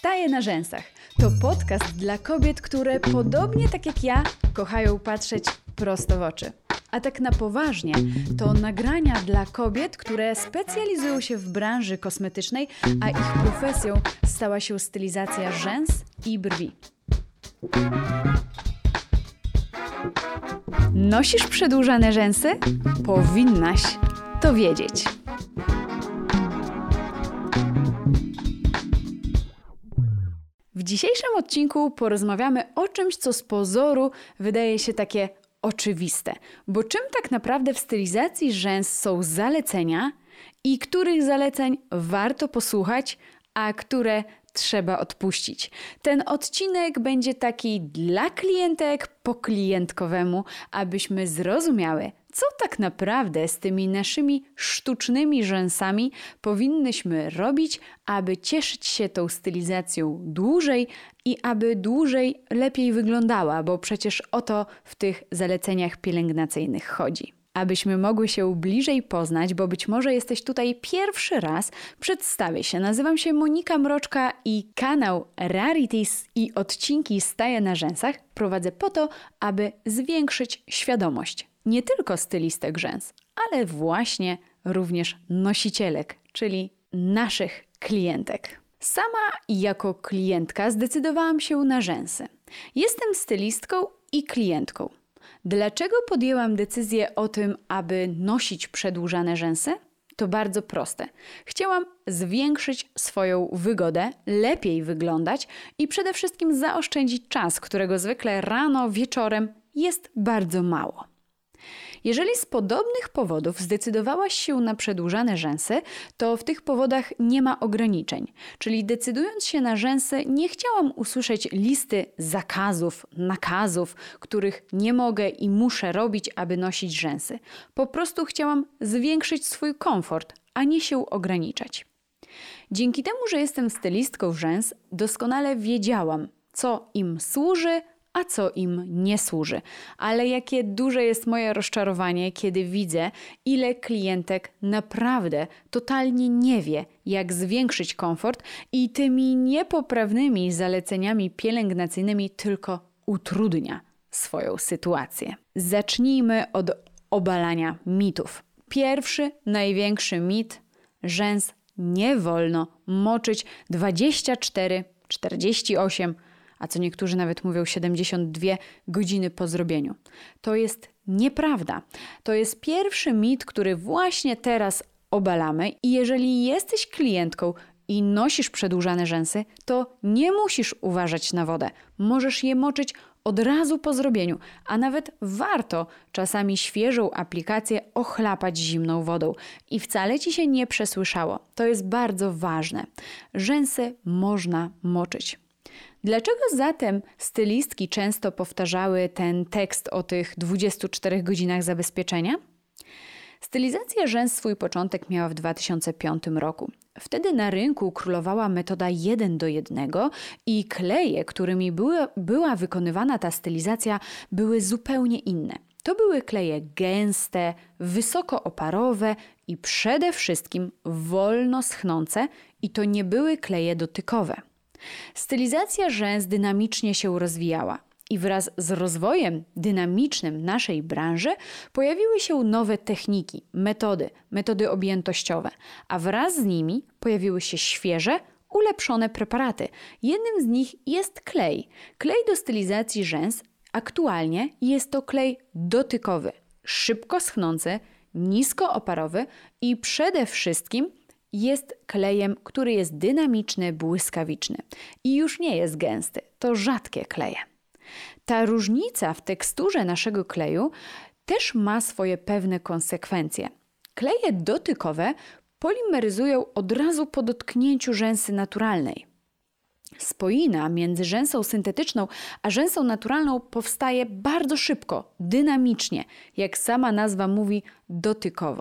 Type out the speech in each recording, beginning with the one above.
Staję na rzęsach. To podcast dla kobiet, które podobnie tak jak ja kochają patrzeć prosto w oczy. A tak na poważnie, to nagrania dla kobiet, które specjalizują się w branży kosmetycznej, a ich profesją stała się stylizacja rzęs i brwi. Nosisz przedłużane rzęsy? Powinnaś to wiedzieć. W dzisiejszym odcinku porozmawiamy o czymś, co z pozoru wydaje się takie oczywiste. Bo czym tak naprawdę w stylizacji rzęs są zalecenia i których zaleceń warto posłuchać, a które trzeba odpuścić. Ten odcinek będzie taki dla klientek po klientkowemu, abyśmy zrozumiały, co tak naprawdę z tymi naszymi sztucznymi rzęsami powinnyśmy robić, aby cieszyć się tą stylizacją dłużej i aby dłużej lepiej wyglądała, bo przecież o to w tych zaleceniach pielęgnacyjnych chodzi. Abyśmy mogły się bliżej poznać, bo być może jesteś tutaj pierwszy raz, przedstawię się. Nazywam się Monika Mroczka i kanał Rarities i odcinki Staję na rzęsach prowadzę po to, aby zwiększyć świadomość nie tylko stylistek rzęs, ale właśnie również nosicielek, czyli naszych klientek. Sama jako klientka zdecydowałam się na rzęsy. Jestem stylistką i klientką. Dlaczego podjęłam decyzję o tym, aby nosić przedłużane rzęsy? To bardzo proste. Chciałam zwiększyć swoją wygodę, lepiej wyglądać i przede wszystkim zaoszczędzić czas, którego zwykle rano, wieczorem jest bardzo mało. Jeżeli z podobnych powodów zdecydowałaś się na przedłużane rzęsy, to w tych powodach nie ma ograniczeń. Czyli decydując się na rzęsy, nie chciałam usłyszeć listy zakazów, nakazów, których nie mogę i muszę robić, aby nosić rzęsy. Po prostu chciałam zwiększyć swój komfort, a nie się ograniczać. Dzięki temu, że jestem stylistką rzęs, doskonale wiedziałam, co im służy, a co im nie służy. Ale jakie duże jest moje rozczarowanie, kiedy widzę, ile klientek naprawdę totalnie nie wie, jak zwiększyć komfort i tymi niepoprawnymi zaleceniami pielęgnacyjnymi tylko utrudnia swoją sytuację. Zacznijmy od obalania mitów. Pierwszy, największy mit: rzęs nie wolno moczyć 24, 48, a co niektórzy nawet mówią 72 godziny po zrobieniu. To jest nieprawda. To jest pierwszy mit, który właśnie teraz obalamy i jeżeli jesteś klientką i nosisz przedłużane rzęsy, to nie musisz uważać na wodę. Możesz je moczyć od razu po zrobieniu, a nawet warto czasami świeżą aplikację ochlapać zimną wodą i wcale Ci się nie przesłyszało. To jest bardzo ważne. Rzęsy można moczyć. Dlaczego zatem stylistki często powtarzały ten tekst o tych 24 godzinach zabezpieczenia? Stylizacja rzęs swój początek miała w 2005 roku. Wtedy na rynku królowała metoda 1:1 i kleje, którymi była wykonywana ta stylizacja, były zupełnie inne. To były kleje gęste, wysokooparowe i przede wszystkim wolno schnące i to nie były kleje dotykowe. Stylizacja rzęs dynamicznie się rozwijała i wraz z rozwojem dynamicznym naszej branży pojawiły się nowe techniki, metody objętościowe, a wraz z nimi pojawiły się świeże, ulepszone preparaty. Jednym z nich jest klej. Klej do stylizacji rzęs aktualnie jest to klej dotykowy, szybko schnący, niskooparowy i przede wszystkim jest klejem, który jest dynamiczny, błyskawiczny i już nie jest gęsty. To rzadkie kleje. Ta różnica w teksturze naszego kleju też ma swoje pewne konsekwencje. Kleje dotykowe polimeryzują od razu po dotknięciu rzęsy naturalnej. Spoina między rzęsą syntetyczną a rzęsą naturalną powstaje bardzo szybko, dynamicznie, jak sama nazwa mówi, dotykowo.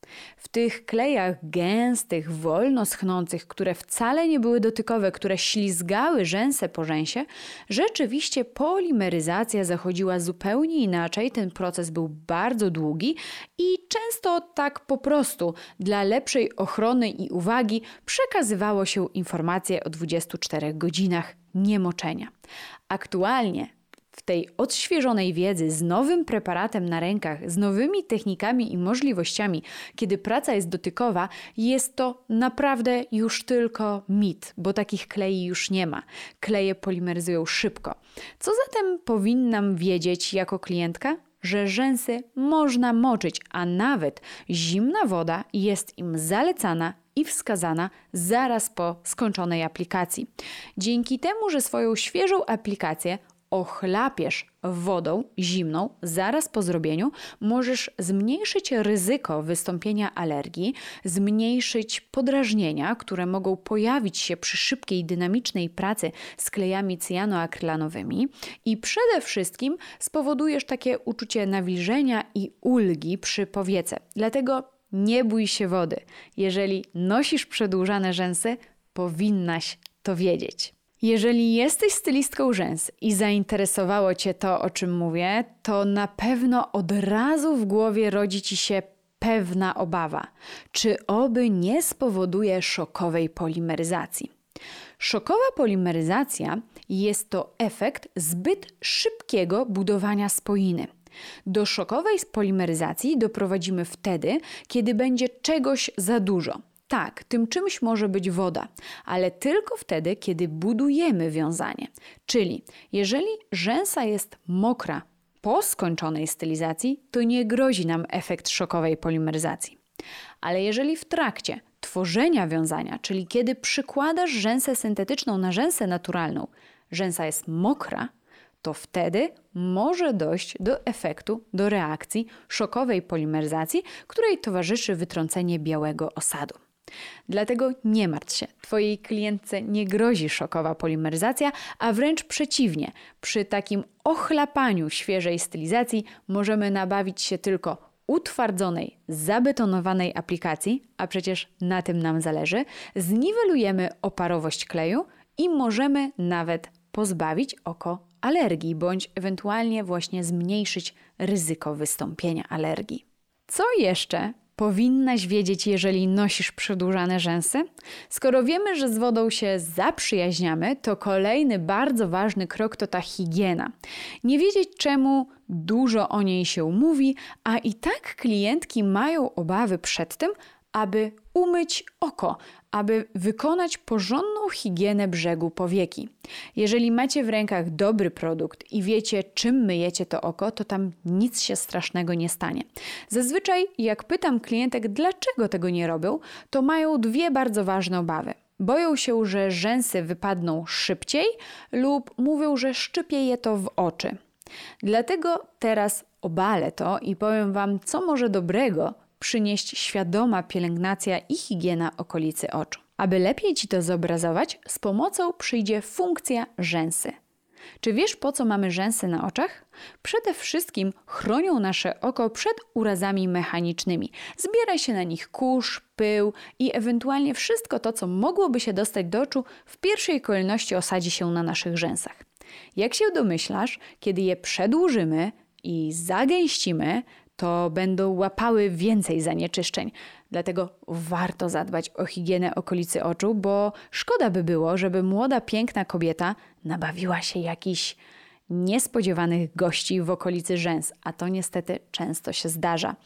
W tych klejach gęstych, wolno schnących, które wcale nie były dotykowe, które ślizgały rzęsę po rzęsie, rzeczywiście polimeryzacja zachodziła zupełnie inaczej. Ten proces był bardzo długi i często tak po prostu dla lepszej ochrony i uwagi przekazywało się informacje o 24 godzinach niemoczenia. Aktualnie w tej odświeżonej wiedzy, z nowym preparatem na rękach, z nowymi technikami i możliwościami, kiedy praca jest dotykowa, jest to naprawdę już tylko mit, bo takich klei już nie ma. Kleje polimeryzują szybko. Co zatem powinnam wiedzieć jako klientka? Że rzęsy można moczyć, a nawet zimna woda jest im zalecana i wskazana zaraz po skończonej aplikacji. Dzięki temu, że swoją świeżą aplikację ochlapiesz wodą zimną zaraz po zrobieniu, możesz zmniejszyć ryzyko wystąpienia alergii, zmniejszyć podrażnienia, które mogą pojawić się przy szybkiej, dynamicznej pracy z klejami cyjanoakrylanowymi i przede wszystkim spowodujesz takie uczucie nawilżenia i ulgi przy powiece. Dlatego nie bój się wody. Jeżeli nosisz przedłużane rzęsy, powinnaś to wiedzieć. Jeżeli jesteś stylistką rzęs i zainteresowało Cię to, o czym mówię, to na pewno od razu w głowie rodzi Ci się pewna obawa. Czy oby nie spowoduje szokowej polimeryzacji? Szokowa polimeryzacja jest to efekt zbyt szybkiego budowania spoiny. Do szokowej polimeryzacji doprowadzimy wtedy, kiedy będzie czegoś za dużo. Tak, tym czymś może być woda, ale tylko wtedy, kiedy budujemy wiązanie. Czyli jeżeli rzęsa jest mokra po skończonej stylizacji, to nie grozi nam efekt szokowej polimeryzacji. Ale jeżeli w trakcie tworzenia wiązania, czyli kiedy przykładasz rzęsę syntetyczną na rzęsę naturalną, rzęsa jest mokra, to wtedy może dojść do efektu, do reakcji szokowej polimeryzacji, której towarzyszy wytrącenie białego osadu. Dlatego nie martw się, Twojej klientce nie grozi szokowa polimeryzacja, a wręcz przeciwnie. Przy takim ochlapaniu świeżej stylizacji możemy nabawić się tylko utwardzonej, zabetonowanej aplikacji, a przecież na tym nam zależy, zniwelujemy oparowość kleju i możemy nawet pozbawić oko alergii, bądź ewentualnie właśnie zmniejszyć ryzyko wystąpienia alergii. Co jeszcze powinnaś wiedzieć, jeżeli nosisz przedłużane rzęsy? Skoro wiemy, że z wodą się zaprzyjaźniamy, to kolejny bardzo ważny krok to ta higiena. Nie wiedzieć czemu, dużo o niej się mówi, a i tak klientki mają obawy przed tym, aby umyć oko, aby wykonać porządną higienę brzegu powieki. Jeżeli macie w rękach dobry produkt i wiecie, czym myjecie to oko, to tam nic się strasznego nie stanie. Zazwyczaj, jak pytam klientek, dlaczego tego nie robią, to mają dwie bardzo ważne obawy. Boją się, że rzęsy wypadną szybciej lub mówią, że szczypie je to w oczy. Dlatego teraz obalę to i powiem Wam, co może dobrego przynieść świadoma pielęgnacja i higiena okolicy oczu. Aby lepiej Ci to zobrazować, z pomocą przyjdzie funkcja rzęsy. Czy wiesz, po co mamy rzęsy na oczach? Przede wszystkim chronią nasze oko przed urazami mechanicznymi. Zbiera się na nich kurz, pył i ewentualnie wszystko to, co mogłoby się dostać do oczu, w pierwszej kolejności osadzi się na naszych rzęsach. Jak się domyślasz, kiedy je przedłużymy i zagęścimy, to będą łapały więcej zanieczyszczeń. Dlatego warto zadbać o higienę okolicy oczu, bo szkoda by było, żeby młoda, piękna kobieta nabawiła się jakichś niespodziewanych gości w okolicy rzęs, a to niestety często się zdarza.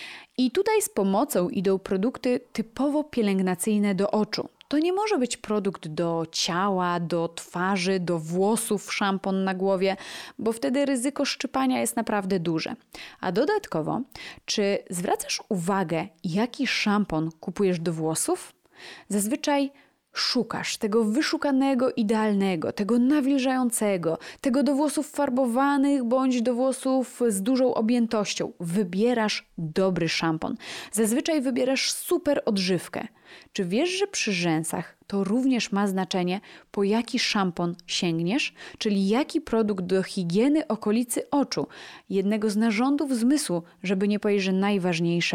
I tutaj z pomocą idą produkty typowo pielęgnacyjne do oczu. To nie może być produkt do ciała, do twarzy, do włosów, szampon na głowie, bo wtedy ryzyko szczypania jest naprawdę duże. A dodatkowo, czy zwracasz uwagę, jaki szampon kupujesz do włosów? Zazwyczaj szukasz tego wyszukanego, idealnego, tego nawilżającego, tego do włosów farbowanych bądź do włosów z dużą objętością. Wybierasz dobry szampon. Zazwyczaj wybierasz super odżywkę. Czy wiesz, że przy rzęsach to również ma znaczenie, po jaki szampon sięgniesz, czyli jaki produkt do higieny okolicy oczu, jednego z narządów zmysłu, żeby nie powiedzieć, że najważniejszego?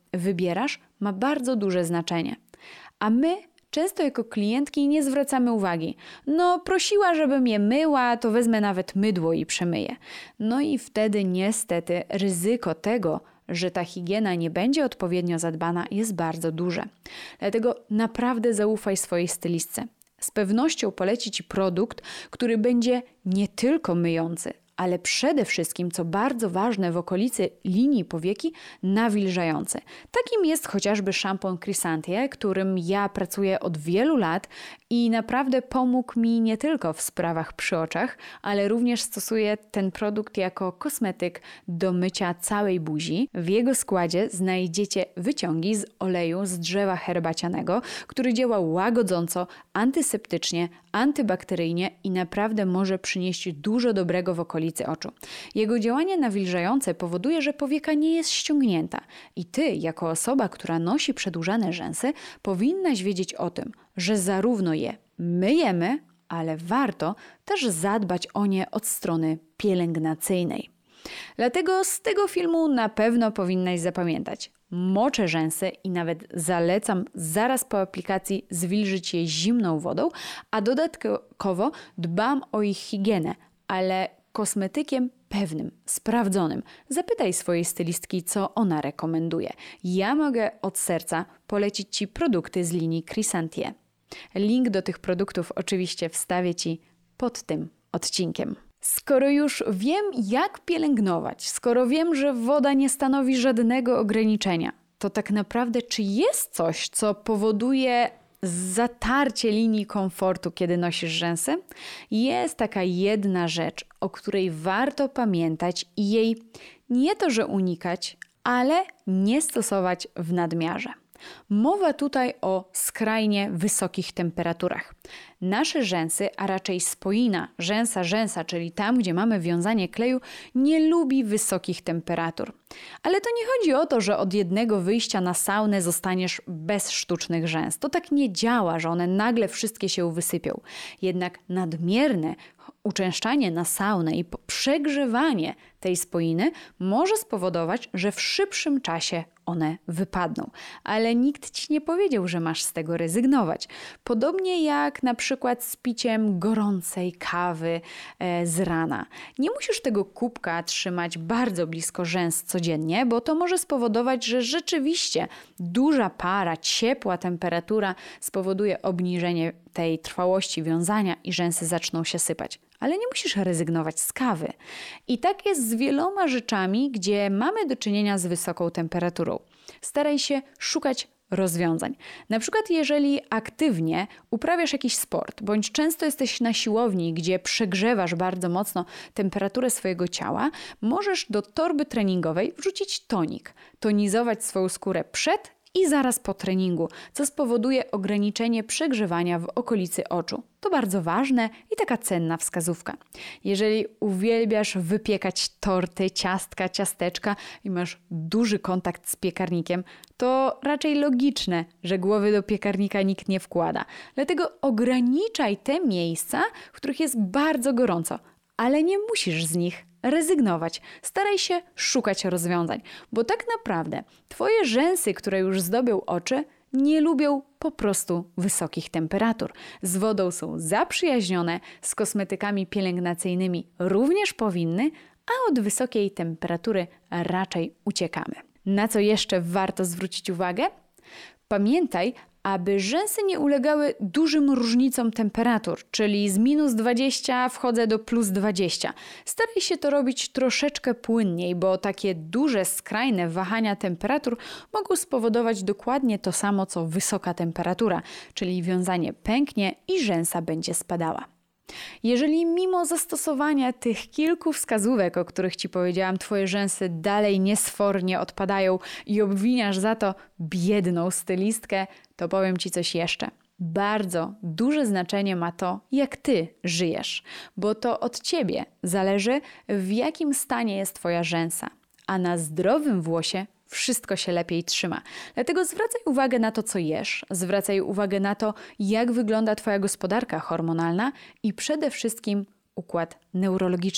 wybierasz, ma bardzo duże znaczenie. A my często jako klientki nie zwracamy uwagi. No, prosiła, żebym je myła, to wezmę nawet mydło i przemyję. No i wtedy niestety ryzyko tego, że ta higiena nie będzie odpowiednio zadbana, jest bardzo duże. Dlatego naprawdę zaufaj swojej stylistce. Z pewnością poleci Ci produkt, który będzie nie tylko myjący, ale przede wszystkim, co bardzo ważne w okolicy linii powieki, nawilżający. Takim jest chociażby szampon Crisantie, którym ja pracuję od wielu lat i naprawdę pomógł mi nie tylko w sprawach przy oczach, ale również stosuję ten produkt jako kosmetyk do mycia całej buzi. W jego składzie znajdziecie wyciągi z oleju z drzewa herbacianego, który działa łagodząco, antyseptycznie, antybakteryjnie i naprawdę może przynieść dużo dobrego w okolicy oczu. Jego działanie nawilżające powoduje, że powieka nie jest ściągnięta i Ty, jako osoba, która nosi przedłużane rzęsy, powinnaś wiedzieć o tym, że zarówno je myjemy, ale warto też zadbać o nie od strony pielęgnacyjnej. Dlatego z tego filmu na pewno powinnaś zapamiętać. Moczę rzęsy i nawet zalecam zaraz po aplikacji zwilżyć je zimną wodą, a dodatkowo dbam o ich higienę, ale kosmetykiem pewnym, sprawdzonym. Zapytaj swojej stylistki, co ona rekomenduje. Ja mogę od serca polecić Ci produkty z linii Crisantie. Link do tych produktów oczywiście wstawię Ci pod tym odcinkiem. Skoro już wiem, jak pielęgnować, skoro wiem, że woda nie stanowi żadnego ograniczenia, to tak naprawdę czy jest coś, co powoduje zatarcie linii komfortu, kiedy nosisz rzęsy? Jest taka jedna rzecz, o której warto pamiętać i jej nie to, że unikać, ale nie stosować w nadmiarze. Mowa tutaj o skrajnie wysokich temperaturach. Nasze rzęsy, a raczej spoina rzęsa, czyli tam, gdzie mamy wiązanie kleju, nie lubi wysokich temperatur. Ale to nie chodzi o to, że od jednego wyjścia na saunę zostaniesz bez sztucznych rzęs. To tak nie działa, że one nagle wszystkie się wysypią. Jednak nadmierne uczęszczanie na saunę i przegrzewanie tej spoiny może spowodować, że w szybszym czasie one wypadną. Ale nikt Ci nie powiedział, że masz z tego rezygnować. Podobnie jak na przykład z piciem gorącej kawy z rana. Nie musisz tego kubka trzymać bardzo blisko rzęs codziennie, bo to może spowodować, że rzeczywiście duża para, ciepła temperatura spowoduje obniżenie tej trwałości wiązania i rzęsy zaczną się sypać. Ale nie musisz rezygnować z kawy. I tak jest z wieloma rzeczami, gdzie mamy do czynienia z wysoką temperaturą. Staraj się szukać rozwiązań. Na przykład jeżeli aktywnie uprawiasz jakiś sport, bądź często jesteś na siłowni, gdzie przegrzewasz bardzo mocno temperaturę swojego ciała, możesz do torby treningowej wrzucić tonik. Tonizować swoją skórę przed i zaraz po treningu, co spowoduje ograniczenie przegrzewania w okolicy oczu. To bardzo ważne i taka cenna wskazówka. Jeżeli uwielbiasz wypiekać torty, ciastka, ciasteczka i masz duży kontakt z piekarnikiem, to raczej logiczne, że głowy do piekarnika nikt nie wkłada. Dlatego ograniczaj te miejsca, w których jest bardzo gorąco, ale nie musisz z nich rezygnować. Staraj się szukać rozwiązań, bo tak naprawdę Twoje rzęsy, które już zdobią oczy, nie lubią po prostu wysokich temperatur. Z wodą są zaprzyjaźnione, z kosmetykami pielęgnacyjnymi również powinny, a od wysokiej temperatury raczej uciekamy. Na co jeszcze warto zwrócić uwagę? Pamiętaj, aby rzęsy nie ulegały dużym różnicom temperatur, czyli z minus 20 wchodzę do plus 20. Staraj się to robić troszeczkę płynniej, bo takie duże, skrajne wahania temperatur mogą spowodować dokładnie to samo, co wysoka temperatura, czyli wiązanie pęknie i rzęsa będzie spadała. Jeżeli mimo zastosowania tych kilku wskazówek, o których Ci powiedziałam, Twoje rzęsy dalej niesfornie odpadają i obwiniasz za to biedną stylistkę, to powiem Ci coś jeszcze. Bardzo duże znaczenie ma to, jak Ty żyjesz, bo to od Ciebie zależy, w jakim stanie jest Twoja rzęsa, a na zdrowym włosie wszystko się lepiej trzyma. Dlatego zwracaj uwagę na to, co jesz, zwracaj uwagę na to, jak wygląda Twoja gospodarka hormonalna i przede wszystkim układ neurologiczny.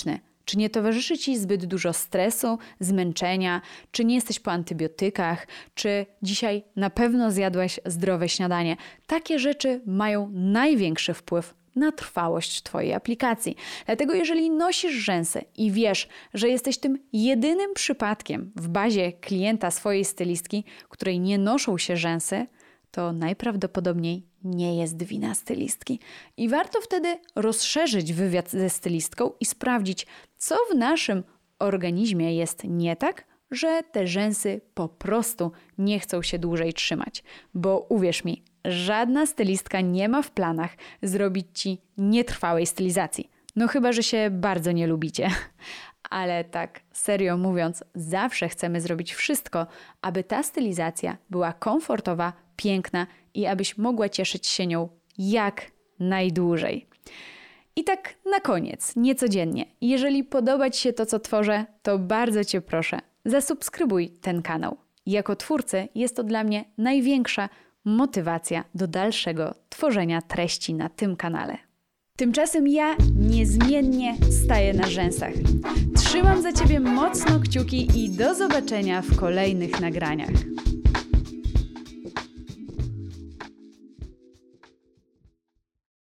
Czy nie towarzyszy Ci zbyt dużo stresu, zmęczenia? Czy nie jesteś po antybiotykach? Czy dzisiaj na pewno zjadłaś zdrowe śniadanie? Takie rzeczy mają największy wpływ na trwałość Twojej aplikacji. Dlatego jeżeli nosisz rzęsy i wiesz, że jesteś tym jedynym przypadkiem w bazie klienta swojej stylistki, której nie noszą się rzęsy, to najprawdopodobniej nie jest wina stylistki. I warto wtedy rozszerzyć wywiad ze stylistką i sprawdzić, co w naszym organizmie jest nie tak, że te rzęsy po prostu nie chcą się dłużej trzymać. Bo uwierz mi, żadna stylistka nie ma w planach zrobić Ci nietrwałej stylizacji. No chyba, że się bardzo nie lubicie. Ale tak serio mówiąc, zawsze chcemy zrobić wszystko, aby ta stylizacja była komfortowa, piękna i abyś mogła cieszyć się nią jak najdłużej. I tak na koniec, niecodziennie, jeżeli podoba Ci się to, co tworzę, to bardzo Cię proszę, zasubskrybuj ten kanał. Jako twórcy jest to dla mnie największa motywacja do dalszego tworzenia treści na tym kanale. Tymczasem ja niezmiennie staję na rzęsach. Trzymam za Ciebie mocno kciuki i do zobaczenia w kolejnych nagraniach.